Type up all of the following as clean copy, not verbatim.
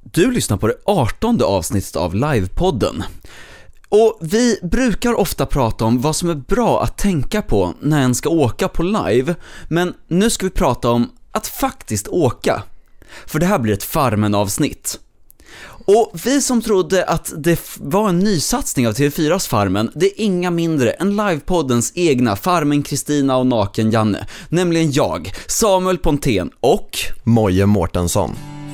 Du lyssnar på det 18:e avsnittet av Livepodden. Och vi brukar ofta prata om vad som är bra att tänka på när en ska åka på live. Men nu ska vi prata om att faktiskt åka. För det här blir ett Farmen-avsnitt. Och vi som trodde att det var en nysatsning av TV4s Farmen, det är inga mindre än Livepoddens egna Farmen Kristina och Naken Janne. Nämligen jag, Samuel Pontén och Moje Mårtensson.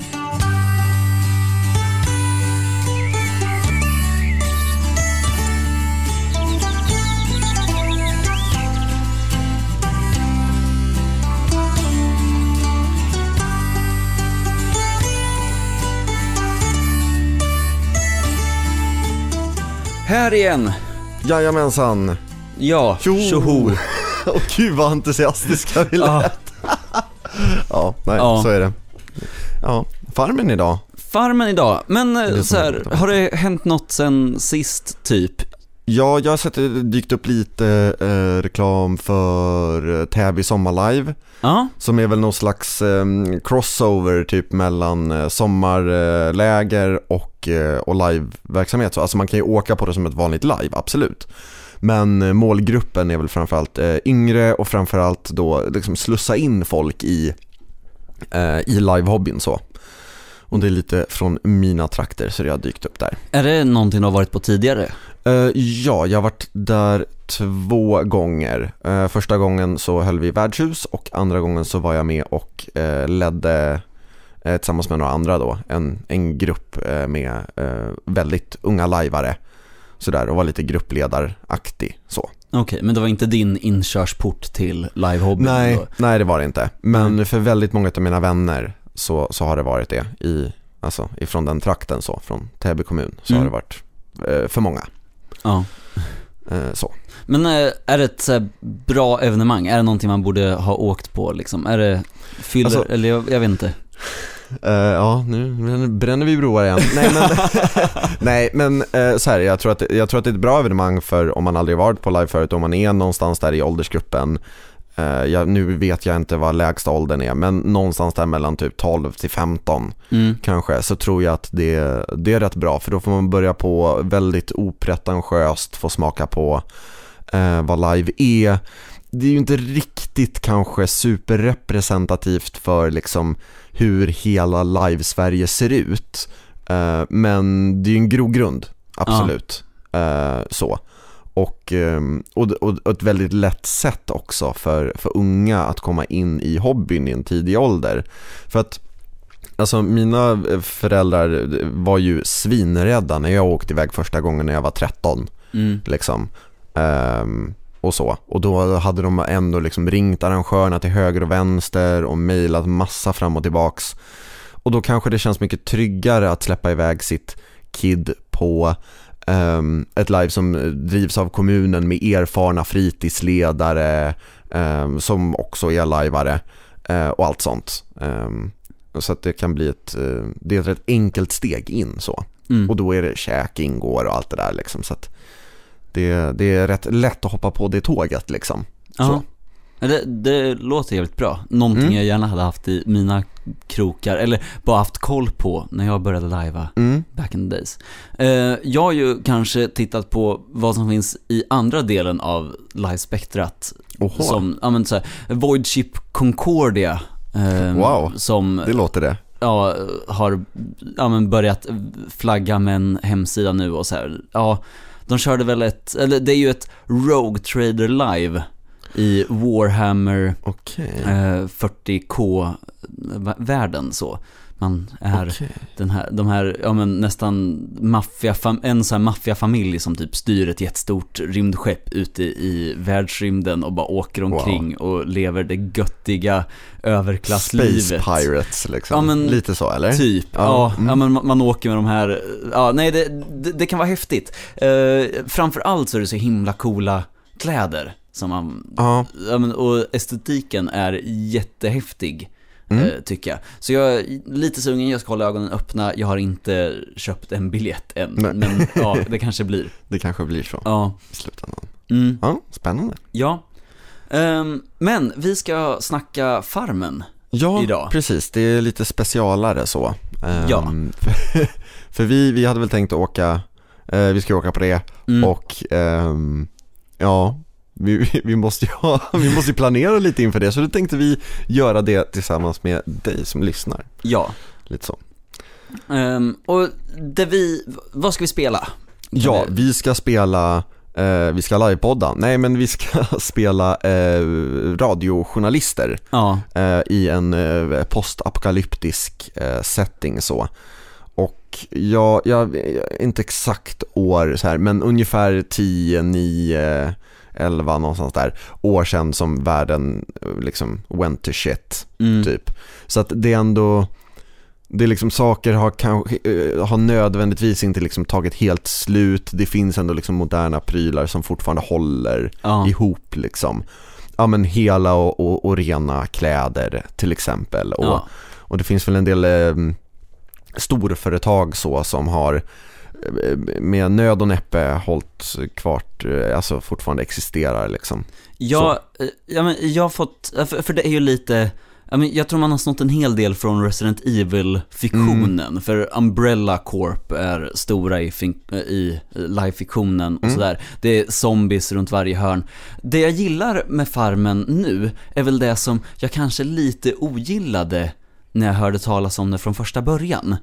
här igen. Jajamensan. Ja, tjoho. Och gud vad entusiastiska vi lät. Ja, nej, så är det. Ja, Farmen idag. Farmen idag. Men så här, har det hänt något sen sist typ? Ja, jag har sett det dykt upp lite reklam för Täby Sommarlive. Som är väl någon slags crossover typ mellan sommarläger och liveverksamhet. Så, alltså man kan ju åka på det som ett vanligt live, absolut. Men målgruppen är väl framförallt yngre och framförallt då liksom slussa in folk i livehobbyn så. Och det är lite från mina trakter så det har dykt upp där. Är det någonting du har varit på tidigare? Ja, jag har varit där 2 gånger. Första gången så höll vi värdshus och andra gången så var jag med och ledde tillsammans med några andra då en grupp med väldigt unga lajvare så där, och var lite gruppledaraktig så. Okej, men det var inte din inkörsport till livehobby? Nej, det var det inte. Men för väldigt många av mina vänner så har det varit det ifrån den trakten så, från Täby kommun så har det varit för många. Ja. Så. Men är det ett bra evenemang? Är det någonting man borde ha åkt på liksom? Är det fyller eller jag vet inte. Ja, nu bränner vi broar igen. Nej, men så här, jag tror att det är ett bra evenemang för om man aldrig varit på live förut, om man är någonstans där i åldersgruppen. Nu vet jag inte vad lägsta åldern är, men någonstans där mellan typ 12 till 15 kanske, så tror jag att det är rätt bra, för då får man börja på väldigt opretentiöst, få smaka på vad live är. Det är ju inte riktigt kanske superrepresentativt för liksom hur hela live-Sverige ser ut, men det är ju en grogrund, absolut. Så. Och ett väldigt lätt sätt också för unga att komma in i hobbyn i en tidig ålder. För att alltså, mina föräldrar var ju svinrädda när jag åkte iväg första gången när jag var 13 liksom. Och så. Och då hade de ändå liksom ringt arrangörerna till höger och vänster och mejlat massa fram och tillbaks. Och då kanske det känns mycket tryggare att släppa iväg sitt kid på ett live som drivs av kommunen med erfarna fritidsledare som också är liveare och allt sånt. Så att det kan bli ett rätt enkelt steg in så. Och då är det käk ingår och allt det där liksom, så att det är rätt lätt att hoppa på det tåget liksom. Så. Det låter jävligt bra. Någonting jag gärna hade haft i mina krokar, eller bara haft koll på när jag började lajva back in the days. Jag har ju kanske tittat på vad som finns i andra delen av live-spektrat. Som så här, Void Ship Concordia. Wow, som, det låter det. Ja, har börjat flagga med en hemsida nu och så här. Ja, de körde väl det är ju ett Rogue Trader Live i Warhammer 40K-världen så. Man är de här nästan en sån här maffiafamilj som typ styr ett jättestort rymdskepp ute i världsrymden och bara åker omkring och lever det göttiga överklasslivet. Space Pirates liksom. Lite så, eller? Typ. Men man åker med de här. Ja, nej, det kan vara häftigt. Framförallt så är det så himla coola kläder som man och estetiken är jättehäftig. Tycker jag. Så jag är lite sugen, jag ska hålla ögonen öppna. Jag har inte köpt en biljett än. Men ja, det kanske blir. Det kanske blir så. Ja. I slutändan. Ja, spännande. Ja. Men vi ska snacka Farmen idag. Ja, precis. Det är lite specialare så. Ja. För vi hade väl tänkt att åka, vi ska åka på det och ja, vi måste ju planera lite inför det, så då tänkte vi göra det tillsammans med dig som lyssnar. Ja. Lite så. Och vad ska vi spela? Ja, vi ska spela vi ska livepodda. Nej, men vi ska spela radiojournalister i en postapokalyptisk setting så. Och jag inte exakt år så här, men ungefär 10, 9, 11 någonstans där år sedan som världen liksom went to shit typ. Så att det är ändå, det är liksom saker har nödvändigtvis inte liksom tagit helt slut. Det finns ändå liksom moderna prylar som fortfarande håller ihop liksom. Ja, men hela och rena kläder till exempel. Och det finns väl en del storföretag så som har med nöd och näppe hållit kvart, alltså fortfarande existerar liksom. Ja, men jag har fått, för det är ju lite, jag tror man har snott en hel del från Resident Evil-fiktionen. För Umbrella Corp är stora i live-fiktionen och sådär. Det är zombies runt varje hörn. Det jag gillar med Farmen nu är väl det som jag kanske lite ogillade när jag hörde talas om det från första början.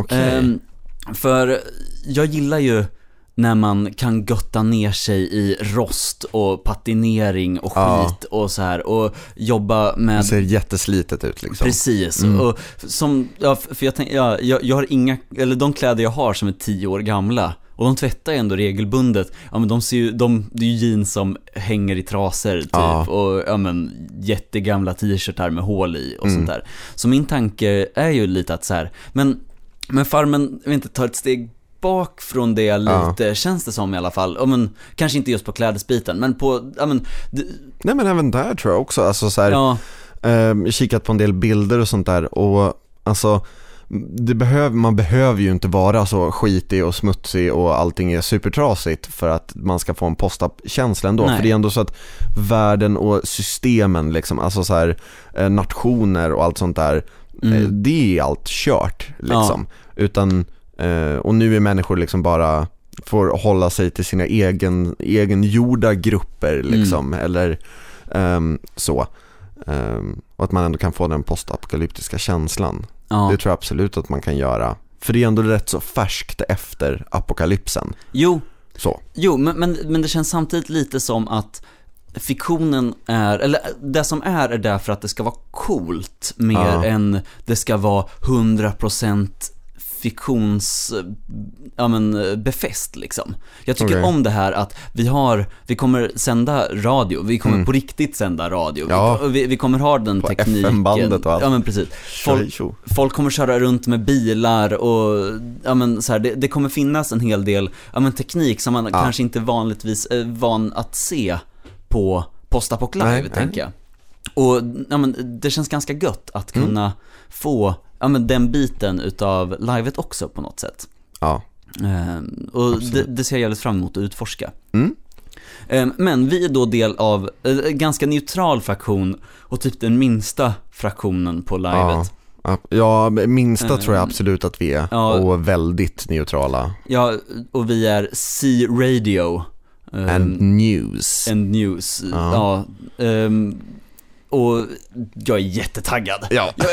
För jag gillar ju när man kan gotta ner sig i rost och patinering och skit och så här, och jobba med... Det ser jätteslitet ut liksom. Precis. Och som, för jag tänker, jag har inga, eller de kläder jag har som är 10 år gamla, och de tvättar ju ändå regelbundet. Ja, men det är ju jeans som hänger i traser typ, och jättegamla t-shirtar med hål i och sånt där. Så min tanke är ju lite att så här, men Farmen, jag vet inte, tar ett steg bak från det lite, känns det som i alla fall. Men kanske inte just på klädesbiten, men på nej, men även där tror jag också, alltså så här, kikat på en del bilder och sånt där, och alltså man behöver ju inte vara så skitig och smutsig och allting är supertrasigt för att man ska få en post-up-känsla ändå. För det är ändå så att världen och systemen liksom, alltså så här, nationer och allt sånt där, det är allt kört liksom. Utan och nu är människor liksom bara får hålla sig till sina egengjorda grupper liksom, eller så. Och att man ändå kan få den postapokalyptiska känslan. Det tror jag absolut att man kan göra. För det är ändå rätt så färskt efter apokalypsen. Jo, men det känns samtidigt lite som att fiktionen är, eller det som är därför att det ska vara coolt mer än det ska vara 100% fiktions befäst liksom. Jag tycker om det här att vi kommer sända radio, vi kommer på riktigt sända radio. Vi kommer ha den på tekniken. FM-bandet och allt. Ja, men precis. Folk kommer köra runt med bilar och så här, det kommer finnas en hel del teknik som man kanske inte vanligtvis är van att se på Postapoc Live, tänker jag. Och det känns ganska gött att kunna få den biten utav livet också på något sätt. Och det ser jag jävligt fram emot att utforska. Men vi är då del av ganska neutral fraktion och typ den minsta fraktionen på livet. Ja, minsta tror jag absolut att vi är, och väldigt neutrala. Ja, och vi är C-Radio and news. Och jag är jättetaggad.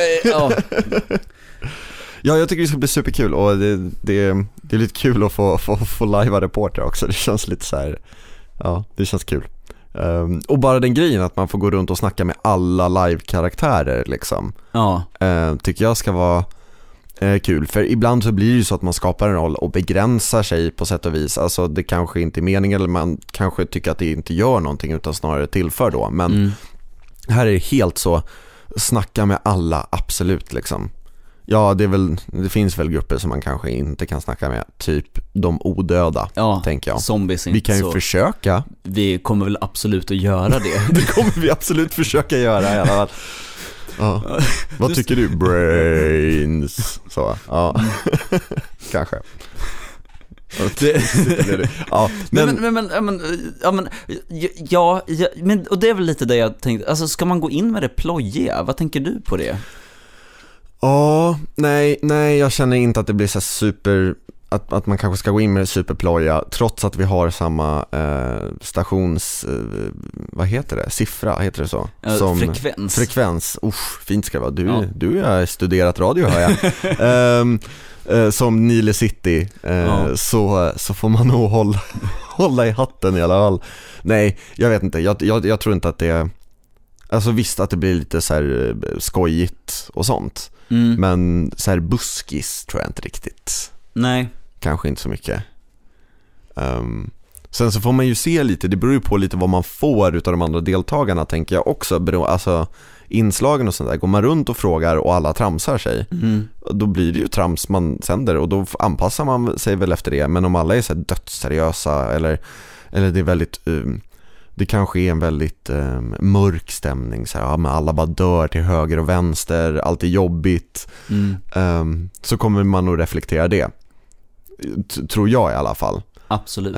Jag tycker det ska bli superkul, och det är lite kul att få live reporter också. Det känns lite så här, det känns kul. Och bara den grejen att man får gå runt och snacka med alla live-karaktärer liksom, tycker jag ska vara kul. För ibland så blir det ju så att man skapar en roll och begränsar sig på sätt och vis. Alltså det kanske inte är meningen, eller man kanske tycker att det inte gör någonting utan snarare tillför då. Men här är det helt så, snacka med alla, absolut liksom. Ja, det finns väl grupper som man kanske inte kan snacka med, typ de odöda, tänker jag. Zombies, vi kan ju försöka. Vi kommer väl absolut att göra det. Det kommer vi absolut försöka göra i alla fall. Vad tycker du? Brains. Så, kanske. Men och det är väl lite det jag tänkte. Alltså, ska man gå in med det plojiga? Vad tänker du på det? Ja, nej, jag känner inte att det blir så super, att man kanske ska gå in med superploja, trots att vi har samma stations, vad heter det? Siffra, heter det så? Frekvens, fint ska det vara. Du har studerat radio, hör jag. Som Nile City, så får man nog hålla i hatten i alla fall. Nej, jag vet inte, jag tror inte att det, alltså visst att det blir lite så här skojigt och sånt, men så här buskis tror jag inte riktigt. Nej. Kanske inte så mycket. Sen så får man ju se lite, det beror ju på lite vad man får utav de andra deltagarna, tänker jag också. Alltså inslagen och sånt där, går man runt och frågar och alla tramsar sig, då blir det ju trams man sänder, och då anpassar man sig väl efter det. Men om alla är så här dödsseriösa, eller det är väldigt det kanske är en väldigt mörk stämning så här, men alla bara dör till höger och vänster, allt är jobbigt, så kommer man nog reflektera det, tror jag i alla fall. Absolut.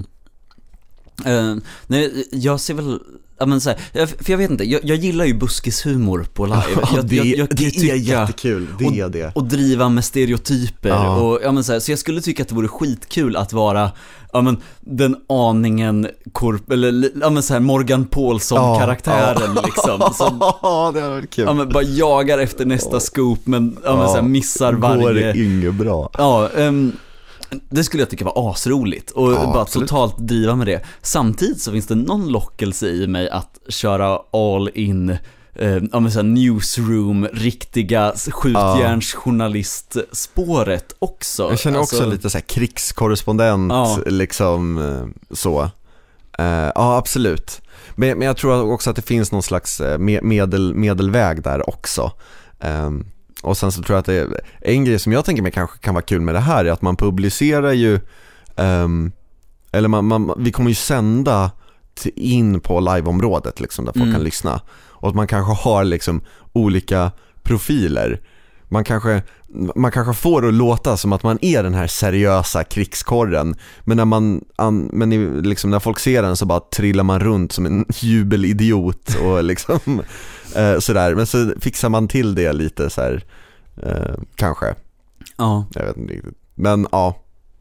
Nej, jag ser väl, men så här, för jag vet inte, jag gillar ju buskishumor på live. Det är jättekul, det är det. Och driva med stereotyper, och men så här, så jag skulle tycka att det vore skitkul att vara den aningen eller så här Morgan Paulsson-karaktären liksom, som det hade varit kul. Bara jagar efter nästa scoop, men så här, missar varje. Går det inget bra. Det skulle jag tycka var asroligt, och bara absolut. Totalt driva med det. Samtidigt så finns det någon lockelse i mig att köra all in så newsroom, riktiga skjutjärnsjournalistspåret också. Jag känner också lite så här krigskorrespondent liksom så. Ja, absolut. Men jag tror också att det finns någon slags medelväg där också. Och sen så tror jag att det är en grej som jag tänker mig kanske kan vara kul med det här, är att man publicerar ju eller vi kommer ju sända in på liveområdet liksom, där folk kan lyssna, och att man kanske har liksom olika profiler. Man kanske får det att låta som att man är den här seriösa krigskorren, men när folk ser den så bara trillar man runt som en jubelidiot och liksom sådär. Men så fixar man till det lite så här, kanske. Ja. Jag vet inte riktigt. Men ja.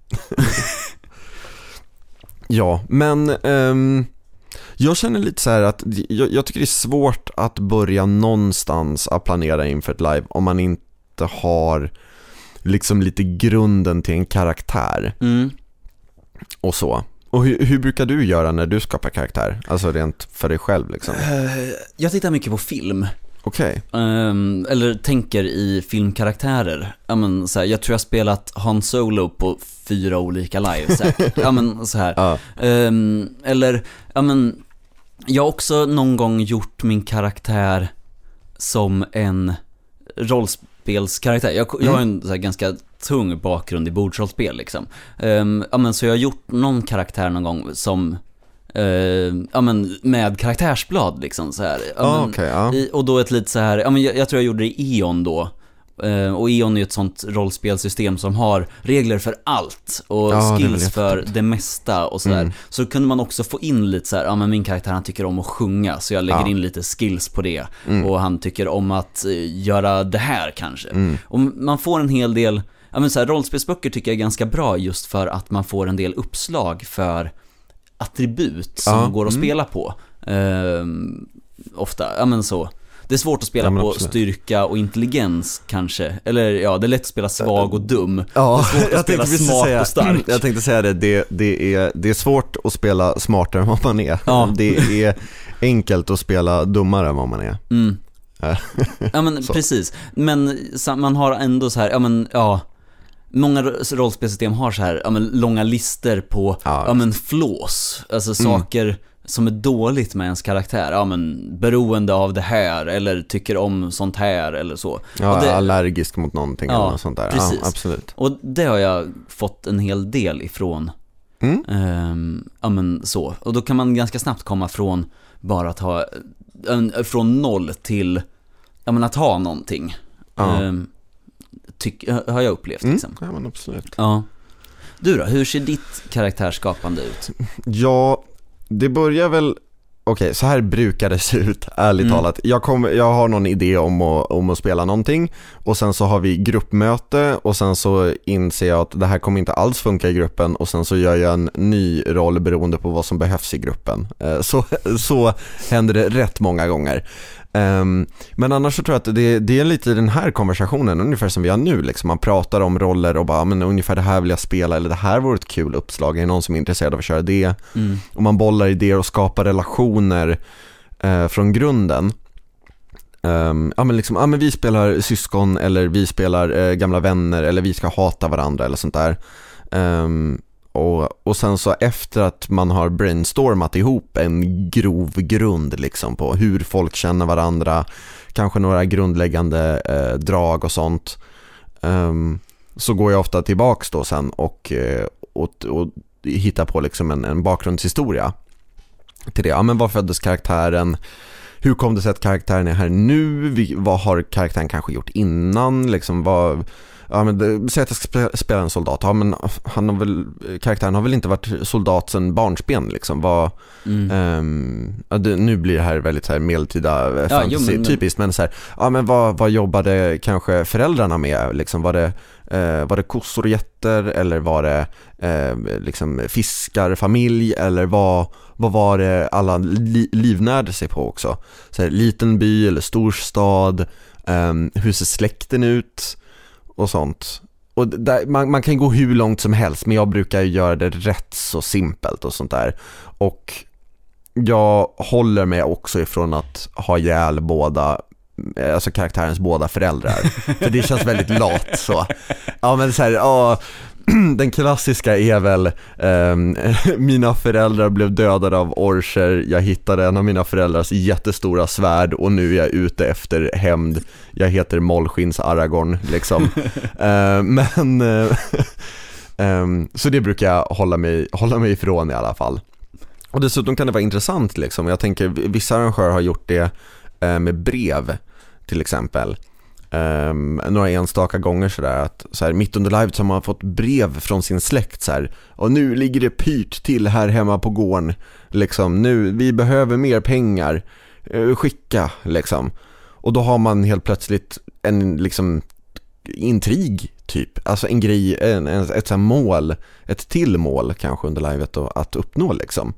Ja, men jag känner lite så här att jag tycker det är svårt att börja någonstans att planera inför ett live om man inte har liksom lite grunden till en karaktär. Och så. Och hur brukar du göra när du skapar karaktär? Alltså rent för dig själv liksom. Jag tittar mycket på film. Okej. Eller tänker i filmkaraktärer. Så här, jag tror jag har spelat Han Solo på 4 olika live säkert. Så här. Eller jag har också någon gång gjort min karaktär som en rollspelskaraktär. Jag har en så här ganska tung bakgrund i bordsrollspel liksom. Så jag har gjort någon karaktär någon gång som med karaktärsblad liksom så här. Och då ett lite så här, jag tror jag gjorde det i Eon då. Och Eon är ju ett sånt rollspelsystem som har regler för allt och skills för det mesta och sådär. Så kunde man också få in lite så här, men min karaktär han tycker om att sjunga, så jag lägger in lite skills på det. Och han tycker om att göra det här kanske. Och man får en hel del, så här, rollspelsböcker tycker jag är ganska bra just för att man får en del uppslag för attribut som går att spela på. Ofta, så. Det är svårt att spela på styrka och intelligens kanske. Eller det är lätt att spela svag och dum. Ja, det är svårt att spela smart och stark. Jag tänkte säga det är svårt att spela smartare än vad man är. Det är enkelt att spela dummare än vad man är. Precis. Men man har ändå så här, många rollspelsystem har så här, långa lister på flås, alltså saker som är dåligt med ens karaktär, beroende av det här eller tycker om sånt här eller så. Ja, det, allergisk mot någonting eller något sånt där. Precis. Ja, absolut. Och det har jag fått en hel del ifrån. Så. Och då kan man ganska snabbt komma från bara att ha från 0 till att ha någonting. Har jag upplevt liksom. Ja, men absolut. Ja. Du då, hur ser ditt karaktärsskapande ut? Ja, det börjar väl okej, så här brukar det se ut, ärligt talat. Jag har någon idé om att spela någonting, och sen så har vi gruppmöte, och sen så inser jag att det här kommer inte alls funka i gruppen, och sen så gör jag en ny roll beroende på vad som behövs i gruppen. Så händer det rätt många gånger. Men annars så tror jag att det är lite i den här konversationen ungefär som vi har nu liksom. Man pratar om roller och bara, men ungefär det här vill jag spela, eller det här vore ett kul uppslag, är någon som är intresserad av att köra det, och man bollar idéer och skapar relationer från grunden. Men vi spelar syskon, eller vi spelar gamla vänner, eller vi ska hata varandra eller sånt där. Och sen så efter att man har brainstormat ihop en grov grund liksom på hur folk känner varandra, kanske några grundläggande drag och sånt, så går jag ofta tillbaks då sen och hittar på liksom en bakgrundshistoria till det. Ja, men vad föddes karaktären? Hur kom det sig att karaktären är här nu? Vad har karaktären kanske gjort innan? Liksom säg att jag ska spela en soldat. Ja, men karaktären har väl inte varit soldat sedan barnsben liksom. Nu blir det här väldigt så här medeltida fantasy, typiskt, men så här, ja, men vad jobbade kanske föräldrarna med liksom? Var det kossor och getter, eller var det liksom fiskarfamilj, eller vad var det alla livnärde sig på också? Så här, liten by eller storstad, hur ser släkten ut och sånt. Och där, man kan gå hur långt som helst, men jag brukar göra det rätt så simpelt och sånt där. Och jag håller mig också ifrån att ha ihjäl alltså karaktärens båda föräldrar. För det känns väldigt lat så. Ja, men så här, den klassiska är väl mina föräldrar blev dödade av orcher. Jag hittade en av mina föräldrars jättestora svärd, och nu är jag ute efter hämnd. Jag heter Mollskins Aragorn liksom. Så det brukar jag hålla mig ifrån i alla fall. Och dessutom kan det vara intressant liksom. Jag tänker, vissa arrangörer har gjort det med brev till exempel. Några enstaka gånger sådär, att så här, mitt under livet så har man fått brev från sin släkt så här, och nu ligger det pyrt till här hemma på gården liksom, nu, vi behöver mer pengar, skicka liksom. Och då har man helt plötsligt en liksom intrig typ, alltså en grej, ett så här mål, ett till mål kanske under livet att uppnå liksom.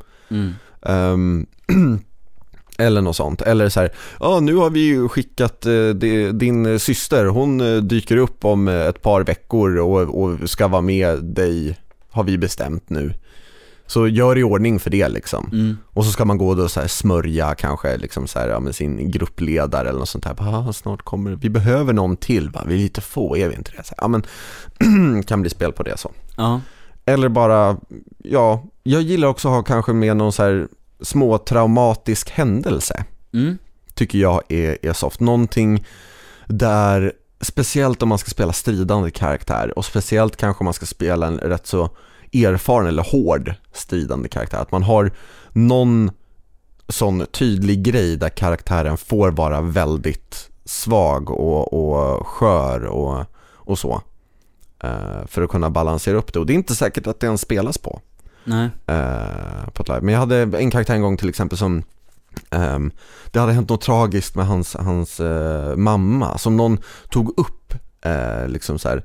Eller något sånt. Eller så här, nu har vi ju skickat din syster, hon dyker upp om ett par veckor och ska vara med dig, har vi bestämt nu. Så gör i ordning för det liksom. Och så ska man gå då så här smörja kanske liksom så här, med sin gruppledare eller något sånt här. Snart kommer, vi behöver någon till, va? Vi är lite få, är vi inte det? Så här, men kan bli spel på det så. Eller bara, jag gillar också att ha kanske med någon så här små traumatisk händelse. Tycker jag är soft. Någonting där, speciellt om man ska spela stridande karaktär, och speciellt kanske om man ska spela en rätt så erfaren eller hård stridande karaktär, att man har någon sån tydlig grej där karaktären får vara väldigt svag och skör och så, för att kunna balansera upp det. Och det är inte säkert att den spelas på. Nej. På ett live. Men jag hade en karaktär en gång till exempel som det hade hänt något tragiskt med hans mamma, som någon tog upp liksom så här,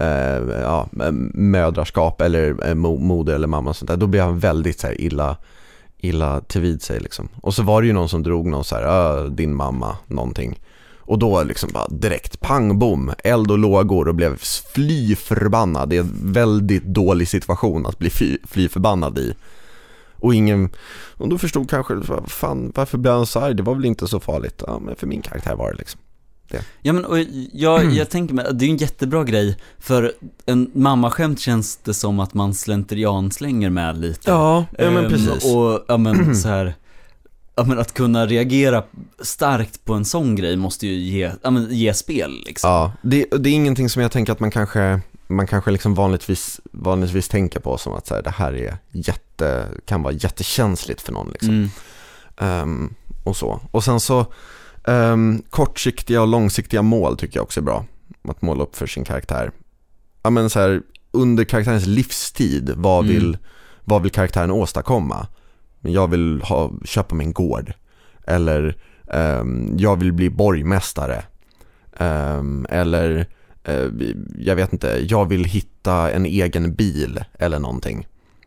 mödraskap eller moder eller mamma och sånt där. Då blev han väldigt så här illa tillvid sig liksom. Och så var det ju någon som drog någon så här, din mamma någonting. Och då liksom bara direkt pang bom, eld och lågor, och blev fly förbannad. Det är en väldigt dålig situation att bli fly förbannad i. Och då förstod kanske, fan, varför blev han så arg? Det var väl inte så farligt. Ja, men för min karaktär var det liksom det. Ja, men och jag tänker mig, det är en jättebra grej. För en mammaskämt känns det som att man slentrian slänger med lite. Ja, men precis. Och så här, att kunna reagera starkt på en sån grej måste ju ge spel liksom. Ja, det är ingenting som jag tänker att man kanske liksom vanligtvis tänker på som att så här, det här är kan vara jättekänsligt för någon liksom. Och så. Och sen så kortsiktiga och långsiktiga mål tycker jag också är bra att måla upp för sin karaktär. Ja, men så här, under karaktärens livstid, vad vill karaktären åstadkomma? jag vill köpa mig en gård. Eller jag vill bli borgmästare. Eller jag vet inte, jag vill hitta en egen bil eller någonting.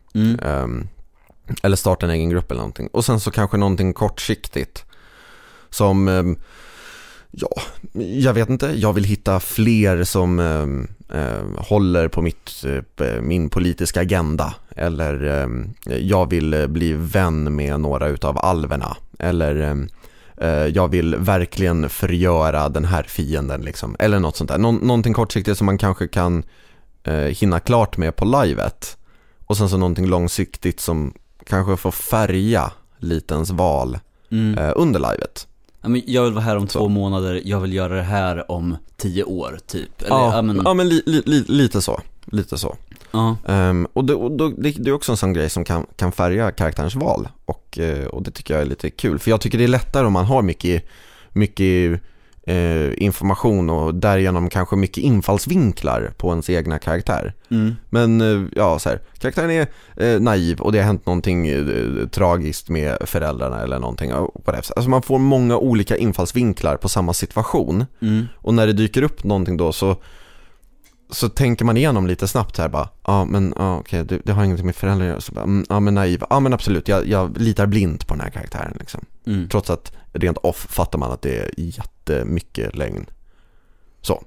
Eller starta en egen grupp eller någonting. Och sen så kanske någonting kortsiktigt som jag vet inte, jag vill hitta fler som håller på min politiska agenda. Eller jag vill bli vän med några utav alverna. Eller jag vill verkligen förgöra den här fienden liksom. Eller något sånt där. Någonting kortsiktigt som man kanske kan hinna klart med på livet. Och sen så någonting långsiktigt som kanske får färga litens val under livet. Jag vill vara här om 2 månader, jag vill göra det här om 10 år typ. Eller, ja, men lite så. Lite så. Och det är också en sån grej som kan färga karaktärens val. Och det tycker jag är lite kul. För jag tycker det är lättare om man har mycket information och därigenom kanske mycket infallsvinklar på ens egna karaktär. Men så här, karaktären är naiv och det har hänt någonting tragiskt med föräldrarna eller någonting. Alltså man får många olika infallsvinklar på samma situation. Och när det dyker upp någonting då så tänker man igenom lite snabbt här bara, okej, det har ingenting med föräldrar att göra. Så bara, men naiv. Men absolut, jag litar blint på den här karaktären liksom. Trots att rent off fattar man att det är jättemycket lögn. Så.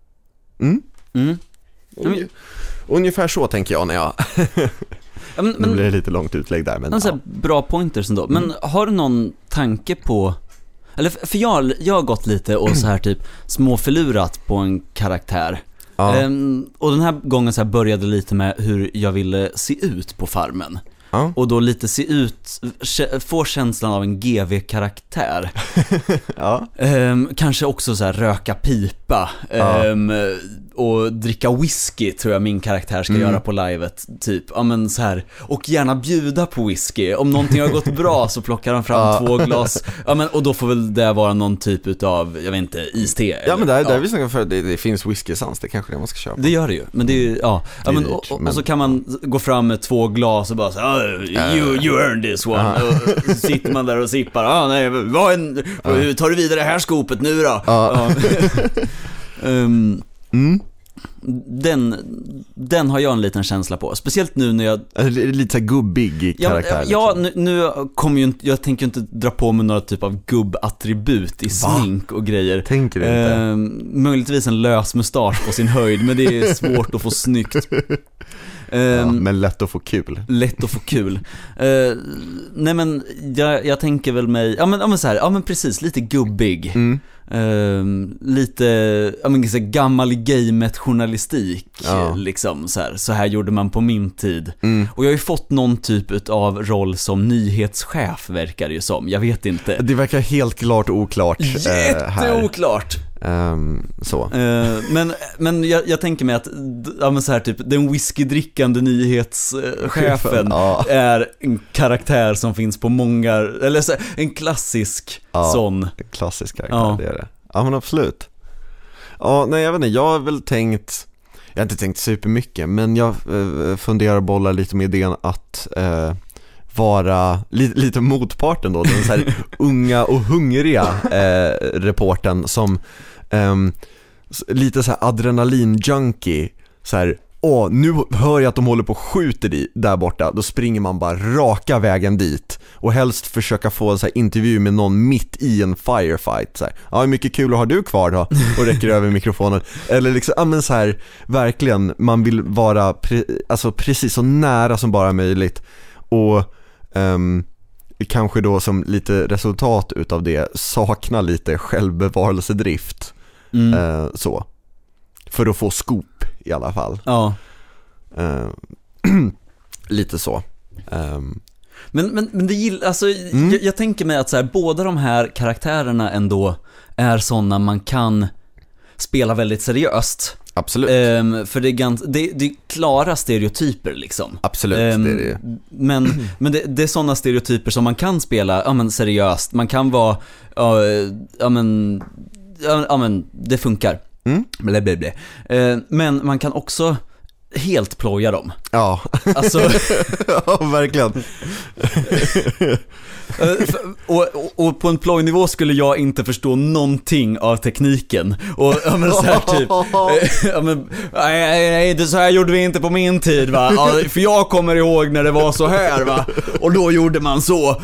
Ungefär så tänker jag när jag nu blir det lite långt utlägg där, men så här, bra pointers ändå. Men har du någon tanke på, eller för jag har gått lite och så här typ småförlurat på en karaktär. Och den här gången så här började lite med hur jag ville se ut på farmen. Och då lite få känslan av en GV-karaktär. Kanske också så här röka pipa och dricka whisky tror jag min karaktär ska göra på livet typ. Så här, och gärna bjuda på whisky. Om någonting har gått bra så plockar han fram 2 glas. Och då får väl det vara någon typ utav, jag vet inte, iste. Men där vi snackar för det finns whisky-sans, det kanske det man ska köpa. Det gör det ju, men det är ju och så kan man gå fram med 2 glas och bara så you earned this one. Och så sitter man där och sippar. Tar du vidare det här skopet nu då? Den har jag en liten känsla på. Speciellt nu när jag lite så gubbig karaktär. Nu kommer ju jag tänker ju inte dra på mig några typ av gubbattribut i smink och grejer. Tänker du inte? Möjligtvis en lös mustasch på sin höjd, men det är svårt att få snyggt. Men lätt att få kul. Nej men jag tänker väl mig så här, precis lite gubbig. Lite så gammal gamet-journalistik liksom så här gjorde man på min tid. Och jag har ju fått någon typ av roll som nyhetschef verkar det ju som. Jag vet inte. Det verkar helt klart oklart. Jätteoklart. Så. Men jag tänker mig att så här, typ, den whiskydrickande nyhetschefen är en karaktär som finns på många, eller så, en klassisk sån. Klassisk karaktär, det är det. Ja, men absolut. Nej, jag vet inte, jag har väl tänkt, jag har inte tänkt supermycket, men jag funderar och bollar lite med idén att vara lite motparten då, den så här unga och hungriga reporten som lite så här adrenalin-junkie, så här, nu hör jag att de håller på och skjuter där borta. Då springer man bara raka vägen dit och helst försöka få en så här intervju med någon mitt i en firefight så här. Hur mycket kul har du kvar då? Och räcker över mikrofonen. Eller liksom, men så här, verkligen, man vill vara precis så nära som bara möjligt. Och kanske då som lite resultat utav det sakna lite självbevarelsedrift. Så. För att få scoop i alla fall. Lite så. Men det jag tänker mig att så här, båda de här karaktärerna ändå är sådana man kan spela väldigt seriöst. Absolut. För det är klara stereotyper liksom. Absolut, det är det. Men det är sådana stereotyper som man kan spela seriöst. Man kan vara det funkar. Men man kan också helt ploja dem. Ja, Alltså, ja verkligen. och på en plojnivå skulle jag inte förstå någonting av tekniken. Och ja, men så här typ ja, men, nej, det så här gjorde vi inte på min tid, va? Ja, för jag kommer ihåg när det var så här, va? Och då gjorde man så.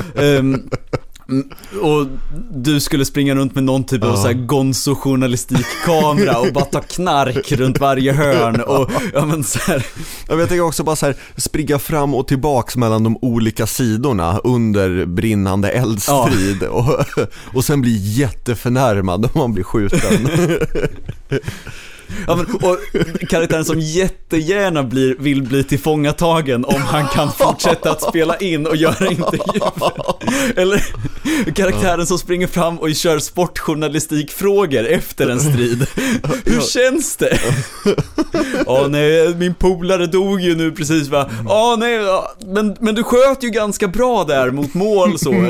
Och du skulle springa runt med någon typ av så här gonzo-journalistikkamera och bara ta knark runt varje hörn och ja men så här. Jag tänker också bara så här, springa fram och tillbaks mellan de olika sidorna under brinnande eldstrid och sen bli jätteförnärmad om man blir skjuten. Ja, men, och karaktären som jättegärna vill bli tillfångatagen om han kan fortsätta att spela in och göra intervjuer. Eller karaktären som springer fram och kör sportjournalistikfrågor efter en strid. Hur känns det? Ja, nej, min polare dog ju nu precis, va? Ja, nej, men du sköt ju ganska bra där mot mål så.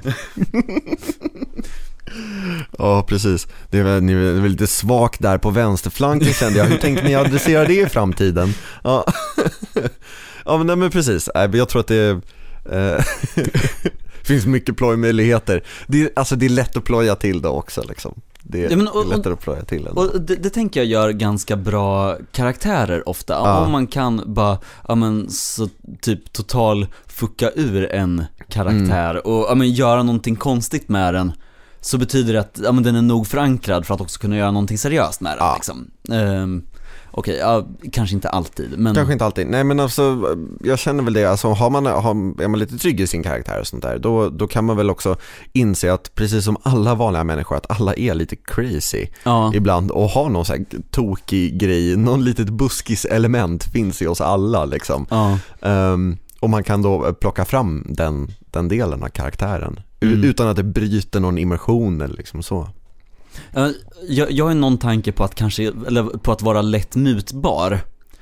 Ja, precis. Det är väl lite svagt där på vänsterflanken kände jag. Hur tänkte ni adressera det i framtiden? Ja, ja men precis. Jag tror att det finns mycket plojmöjligheter. Det är lätt att ploja till det också liksom. Det är lättare att ploja till. Och det tänker jag gör ganska bra karaktärer ofta. Om man kan bara så typ total fucka ur en karaktär och göra någonting konstigt med den, så betyder det att den är nog förankrad för att också kunna göra någonting seriöst med den liksom. Okej, kanske inte alltid, men... Kanske inte alltid. Nej, men alltså, jag känner väl det. Alltså, är man lite trygg i sin karaktär och sånt där, då kan man väl också inse att precis som alla vanliga människor, att alla är lite crazy ibland och har någon så här tokig grej, någon litet buskis-element finns i oss alla liksom. Och man kan då plocka fram den delen av karaktären utan att det bryter någon immersion eller liksom så. Jag har någon tanke på att på att vara lätt mutbar.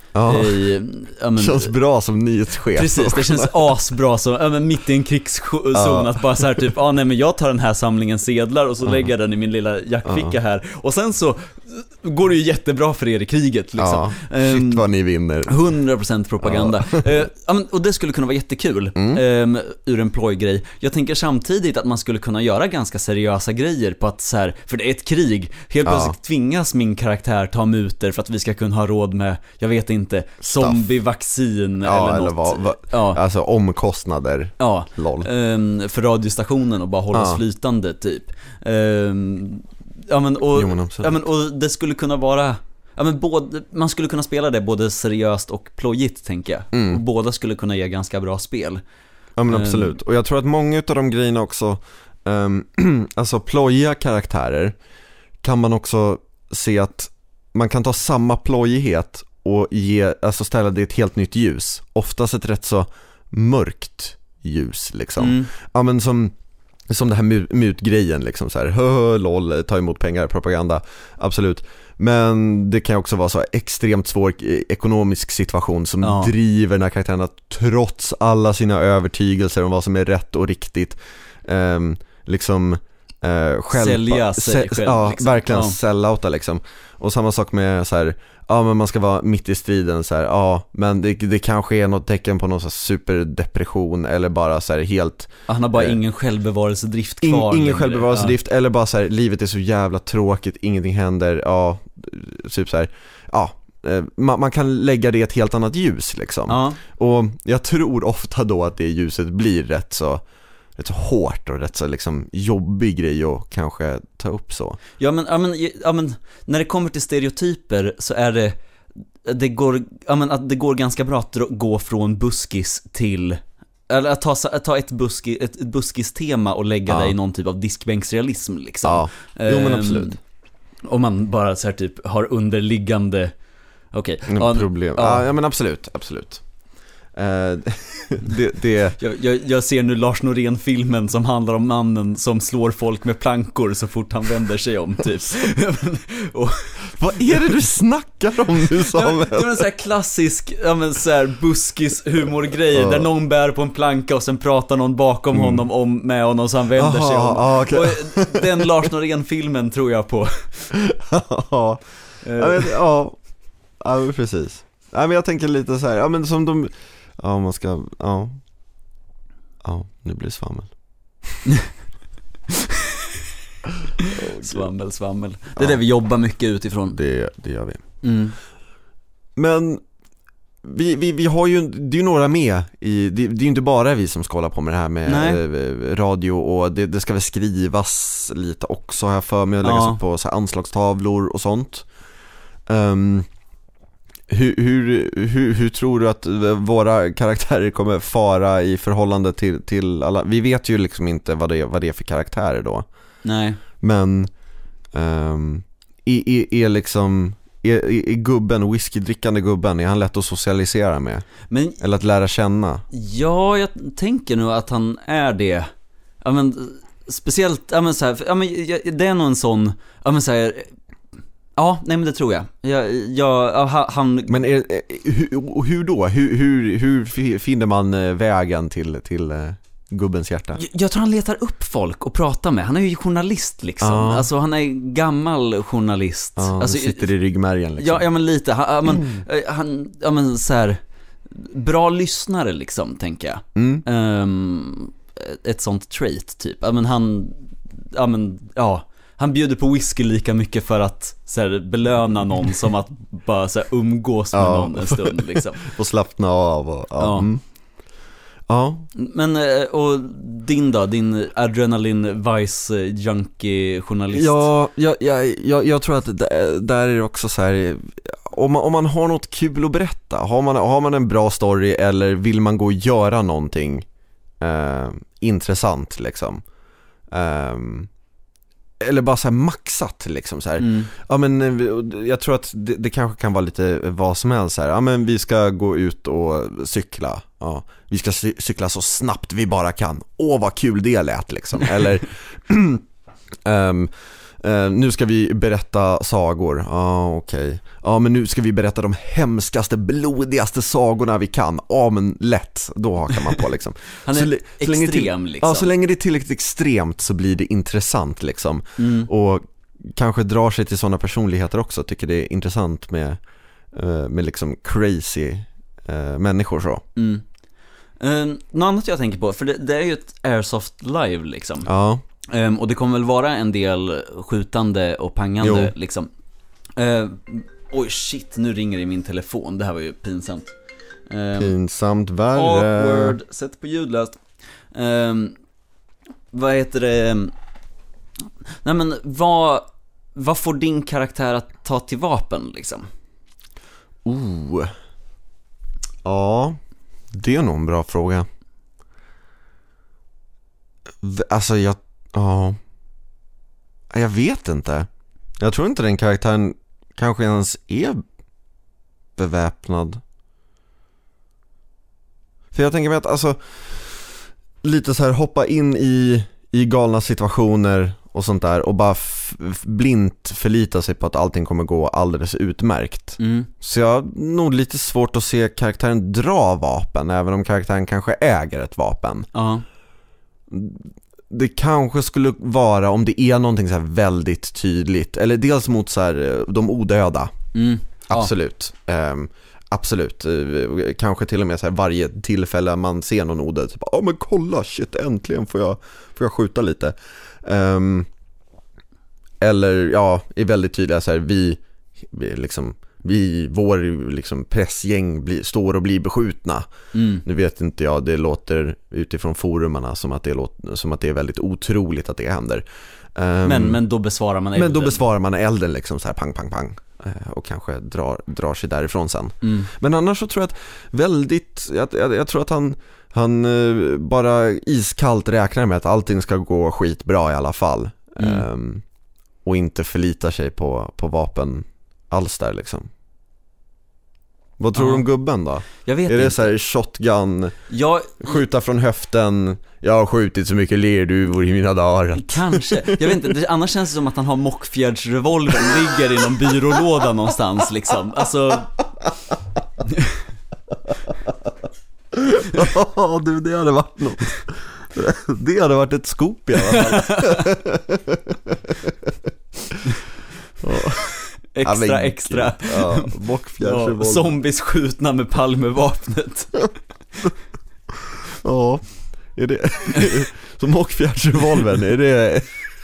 Känns bra som nyhetschef. Precis, det känns asbra som mitt i en krigszon att bara så här typ, nej men jag tar den här samlingen sedlar och så lägger jag den i min lilla jackficka här. Och sen så går det ju jättebra för er i kriget liksom. Shit vad ni vinner. 100% propaganda. Och det skulle kunna vara jättekul ur en plojgrej. Jag tänker samtidigt att man skulle kunna göra ganska seriösa grejer på att så här, för det är ett krig. Helt plötsligt tvingas min karaktär ta muter för att vi ska kunna ha råd med, jag vet inte, zombievaccin eller något. Alltså omkostnader. Lol. För radiostationen och bara hålla oss flytande typ. Och det skulle kunna vara man skulle kunna spela det både seriöst och plojigt, tänker jag. Och båda skulle kunna ge ganska bra spel. Ja men absolut. Och jag tror att många av de grejerna också alltså plojiga karaktärer kan man också se att man kan ta samma plojighet och ställa det i ett helt nytt ljus. Oftast ett rätt så mörkt ljus liksom. Ja men som det här mutgrejen liksom så här, lol, ta emot pengar, propaganda, absolut. Men det kan också vara så extremt svår ekonomisk situation som driver den här karaktärerna trots alla sina övertygelser om vad som är rätt och riktigt. Sälja sig själv. Ja, liksom. Verkligen sellouta liksom. Och samma sak med så här, men man ska vara mitt i striden så här, men det kanske är något tecken på någon så här superdepression eller bara så här helt han har bara ingen självbevarelsedrift kvar. Ingen självbevarelsedrift eller bara så här, livet är så jävla tråkigt, ingenting händer. Typ så här, man kan lägga det i ett helt annat ljus liksom. Och jag tror ofta då att det ljuset blir rätt så hårt och rätt så liksom jobbig grej att kanske ta upp så. Ja men när det kommer till stereotyper så är det går ganska bra att gå från buskis till, eller att ta ett buskis-tema och lägga det i någon typ av diskbänksrealism liksom. Jo men absolut. Om man bara så här typ har underliggande problem. Ja men absolut. Jag ser nu Lars Norén-filmen som handlar om mannen som slår folk med plankor så fort han vänder sig om typ. Vad är det du snackar om nu, Samuel? Det är en så här klassisk så här buskis humorgrej där någon bär på en planka och sen pratar någon bakom honom med honom så han vänder sig om. Okay. Och den Lars Norén-filmen tror jag på. Ja, precis. Nej, men jag tänker lite så här, ja men som de, ja man ska, ja nu blir det svammel. Svammel. Det är det vi jobbar mycket utifrån. Det gör vi. Men vi har ju, det är ju några med i, det är ju inte bara vi som ska hålla på med det här med radio, och det ska väl skrivas lite också, har jag för mig, att läggas upp på så här anslagstavlor och sånt. Hur tror du att våra karaktärer kommer fara i förhållande till alla? Vi vet ju liksom inte vad det är för karaktärer då. Nej. Men är gubben, whiskydrickande gubben, är han lätt att socialisera med? Eller att lära känna? Ja, jag tänker nog att han är det. Ja, men speciellt, ja men så här, ja men det är nog en sån, ja men så här, ja, nej men det tror jag. Han. Men hur då? Hur finner man vägen till gubbens hjärta? Jag tror han letar upp folk och pratar med. Han är ju journalist liksom. Alltså han är gammal journalist. Alltså, sitter i ryggmärgen liksom. Ja men lite. Han så här, bra lyssnare liksom, tänker jag. Ett sånt trait typ. Han bjuder på whisky lika mycket för att så här, belöna någon som att bara så här, umgås med någon en stund liksom. Och slappna av och, Ja. Men och din adrenalin vice junkie journalist. Ja, jag tror att där är det också så här, om man har något kul att berätta, har man en bra story, eller vill man gå och göra någonting intressant liksom. Eller bara så här maxat liksom så här. Ja men jag tror att det kanske kan vara lite vad som helst så här. Ja men vi ska gå ut och cykla. Ja, vi ska cykla så snabbt vi bara kan. Åh vad kul det lät liksom. Eller nu ska vi berätta sagor. Ja okej. Ja men nu ska vi berätta de hemskaste, blodigaste sagorna vi kan. Ja men lätt, då hakar man på liksom. Han är extrem liksom. Ja, så länge det är tillräckligt extremt så blir det intressant liksom. Och kanske drar sig till sådana personligheter också. Tycker det är intressant med liksom crazy människor så. Något annat jag tänker på, för det är ju ett Airsoft live liksom. Ja. Och det kommer väl vara en del skjutande och pangande liksom. Oj shit, nu ringer det i min telefon. Det här var ju pinsamt. Pinsamt värre. Awkward, sätt på ljudlöst. Vad heter det? Nej men vad får din karaktär att ta till vapen liksom? Ja, det är nog en bra fråga. Alltså jag vet inte. Jag tror inte den karaktären kanske ens är beväpnad. För jag tänker mig att alltså lite så här hoppa in i galna situationer och sånt där och bara blint förlita sig på att allting kommer gå alldeles utmärkt. Så jag har nog lite svårt att se karaktären dra vapen, även om karaktären kanske äger ett vapen. Det kanske skulle vara om det är någonting så här väldigt tydligt, eller dels mot så här de odöda. Absolut. Absolut. Kanske till och med så här varje tillfälle man ser någon odöd typ, men kolla, shit, äntligen får jag skjuta lite. Eller är väldigt tydliga så här, vår liksom pressgäng står och blir beskjutna. Nu vet inte jag, det låter utifrån forumarna som att det är väldigt otroligt att det händer. Men då besvarar man elden. Men då besvarar man elden liksom så här pang pang pang. Och kanske drar sig därifrån sen. Men annars så tror jag att jag tror att han bara iskallt räknar med att allting ska gå skitbra i alla fall. Och inte förlitar sig på vapen alls där liksom. Vad tror du om gubben då? Jag vet är det inte. Så här shotgun, skjuta från höften, jag har skjutit så mycket lerduvor i mina dagar. Kanske, jag vet inte, annars känns det som att han har mockfjärdsrevolvern ligger i någon byrålåda någonstans liksom. Alltså det hade varit något. Det hade varit ett scoop i alla fall. Extra. Ja, bockfjärdsrevolver. Zombies skjutna med Palmevapnet. Ja, är det så bockfjärdsrevolvern, är det...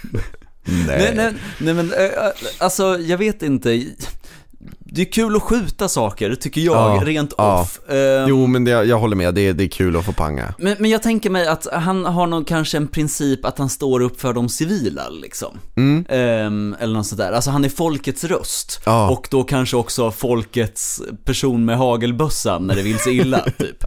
Nej men alltså jag vet inte. Det är kul att skjuta saker, tycker jag, rent off. Jo, men jag håller med, det är kul att få panga. Men jag tänker mig att han har nog kanske en princip att han står upp för de civila, liksom. Eller något sådär. Alltså han är folkets röst. Och då kanske också folkets person med hagelbössan när det vill sig illa, typ.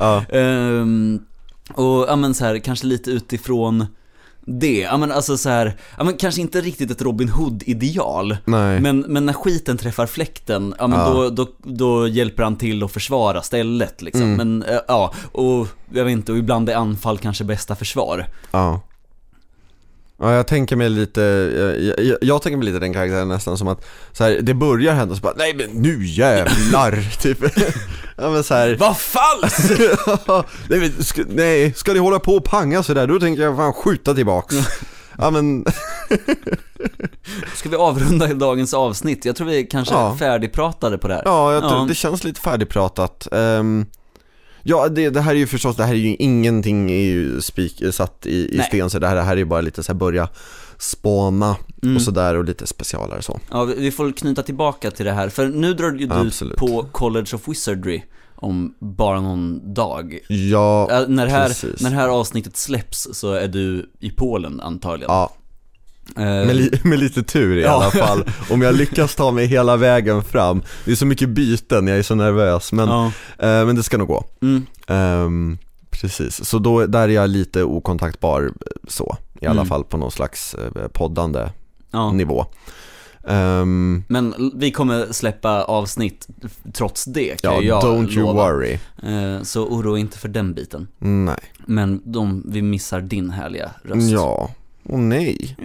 Och ja, men så här, kanske lite utifrån det, ja men alltså så här, ja men kanske inte riktigt ett Robin Hood-ideal. Nej. Men när skiten träffar fläkten, ja men då hjälper han till att försvara stället liksom. Men och jag vet inte, och ibland är anfall kanske bästa försvar. Ja, jag tänker mig lite jag tänker mig lite den karaktären nästan som att så här, det börjar hända så bara, nej men nu jävlar typ. Ja men så här, vad falskt. nej, ska ni hålla på och panga så där, då tänker jag fan skjuta tillbaks. Ja men ska vi avrunda dagens avsnitt? Jag tror vi kanske är färdigpratade på det här. Ja, det känns lite färdigpratat. Ja, det här är ju förstås, det här är ju ingenting är ju satt i sten, så det här är ju bara lite så här börja spåna och sådär, och lite specialare så. Ja, vi får knyta tillbaka till det här, för nu drar ju du på College of Wizardry om bara någon dag. Ja, när det här avsnittet släpps så är du i Polen antagligen. Ja. Med lite tur i alla fall. Om jag lyckas ta mig hela vägen fram. Det är så mycket byten, jag är så nervös. Men det ska nog gå. Precis, så då, där är jag lite okontaktbar så, i alla fall på någon slags poddande nivå. Men vi kommer släppa avsnitt trots det, kan jag don't you lova. worry. Så oroa inte för den biten. Nej. Men vi missar din härliga röst. Ja, nej.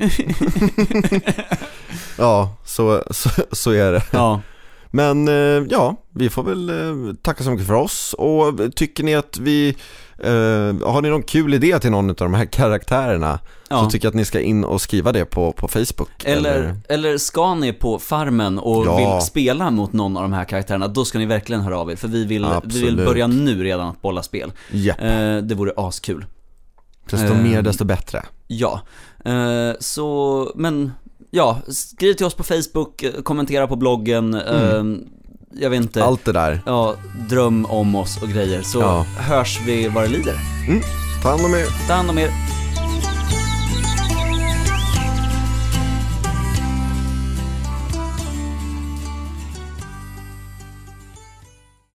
Ja, så är det. Ja. Men vi får väl tacka så mycket för oss. Och tycker ni att har ni någon kul idé till någon av de här karaktärerna, så tycker jag att ni ska in och skriva det på Facebook. Eller ska ni på farmen och vill spela mot någon av de här karaktärerna, då ska ni verkligen höra av er. För vi vill börja nu redan att bolla spel. Det vore askul. Desto mer, desto bättre. Ja, skriv till oss på Facebook, kommentera på bloggen, jag vet inte. Allt det där. Ja, dröm om oss och grejer. Så hörs vi vad det lider. Ta hand om er.